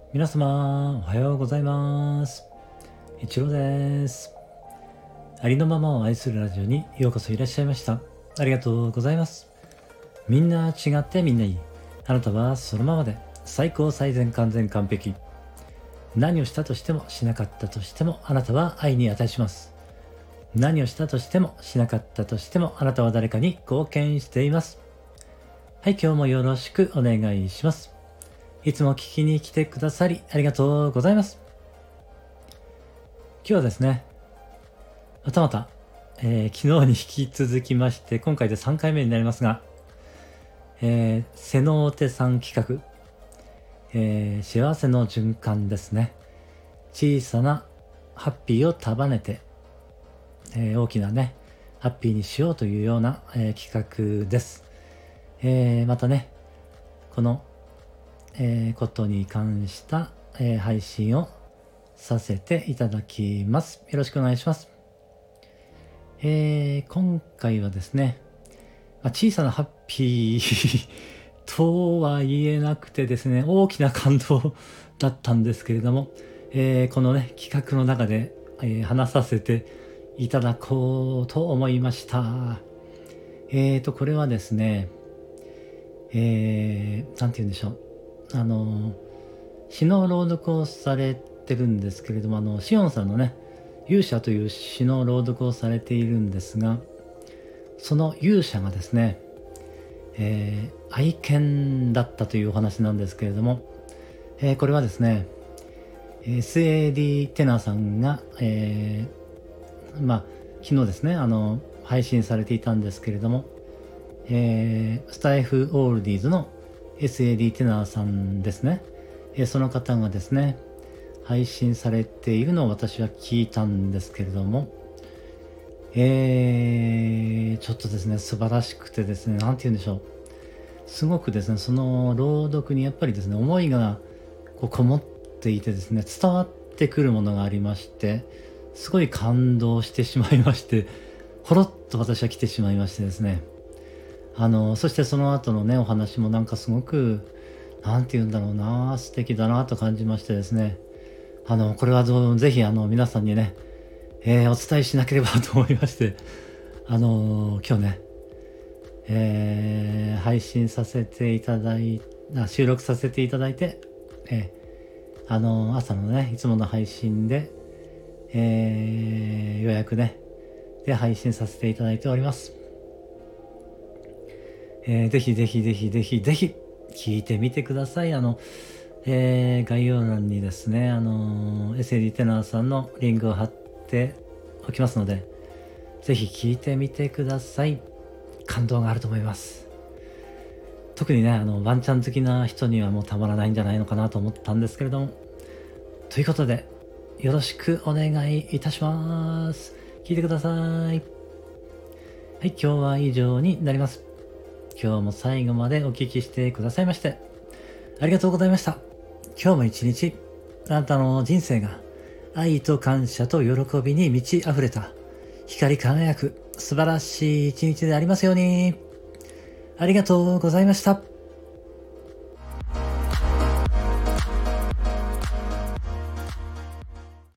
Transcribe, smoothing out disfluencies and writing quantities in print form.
皆様、おはようございます。一郎です。ありのままを愛するラジオにようこそいらっしゃいました。ありがとうございます。みんな違ってみんないい。あなたはそのままで最高最善完全完璧。何をしたとしてもしなかったとしてもあなたは愛に値します。何をしたとしてもしなかったとしてもあなたは誰かに貢献しています。はい、今日もよろしくお願いします。いつも聞きに来てくださりありがとうございます。今日はですね、またまた、昨日に引き続きまして今回で3回目になりますが、瀬能手さん企画、幸せの循環ですね。小さなハッピーを束ねて、大きなねハッピーにしようというような、企画です。またねこの、ことに関した、配信をさせていただきます。よろしくお願いします。今回はですね、小さなハッピーとは言えなくてですね、大きな感動だったんですけれども、このね企画の中で、話させていただこうと思いました。これはですね、なんて言うんでしょう。詩の朗読をされてるんですけれども、シオンさんのね、勇者という詩の朗読をされているんですが、その勇者がですね、愛犬だったというお話なんですけれども、これはですね、SAD テナーさんが、昨日ですね、配信されていたんですけれども、スタイフオールディーズの SAD テナーさんですね、その方がですね配信されているのを私は聞いたんですけれども、ちょっとですね素晴らしくてですね、なんて言うんでしょう、すごくですねその朗読にやっぱりですね思いがこもっていてですね、伝わってくるものがありまして、すごい感動してしまいまして、ほろっと私は来てしまいましてですね、そしてその後のねお話もなんかすごくなんて言うんだろうな、素敵だなと感じましてですね、これはぜひ皆さんにね、お伝えしなければと思いまして、今日ね、配信させていただい収録させていただいて、朝のねいつもの配信で、予約ねで配信させていただいております。ぜひぜひぜひぜひぜひ聞いてみてください。概要欄にですね、SAD テナーさんのリンクを貼っておきますので、ぜひ聞いてみてください。感動があると思います。特にね、ワンちゃん好きな人にはもうたまらないんじゃないのかなと思ったんですけれども、ということで、よろしくお願いいたします。聞いてください。はい、今日は以上になります。今日も最後までお聞きしてくださいましてありがとうございました。今日も一日あなたの人生が愛と感謝と喜びに満ち溢れた光り輝く素晴らしい一日でありますように。ありがとうございました。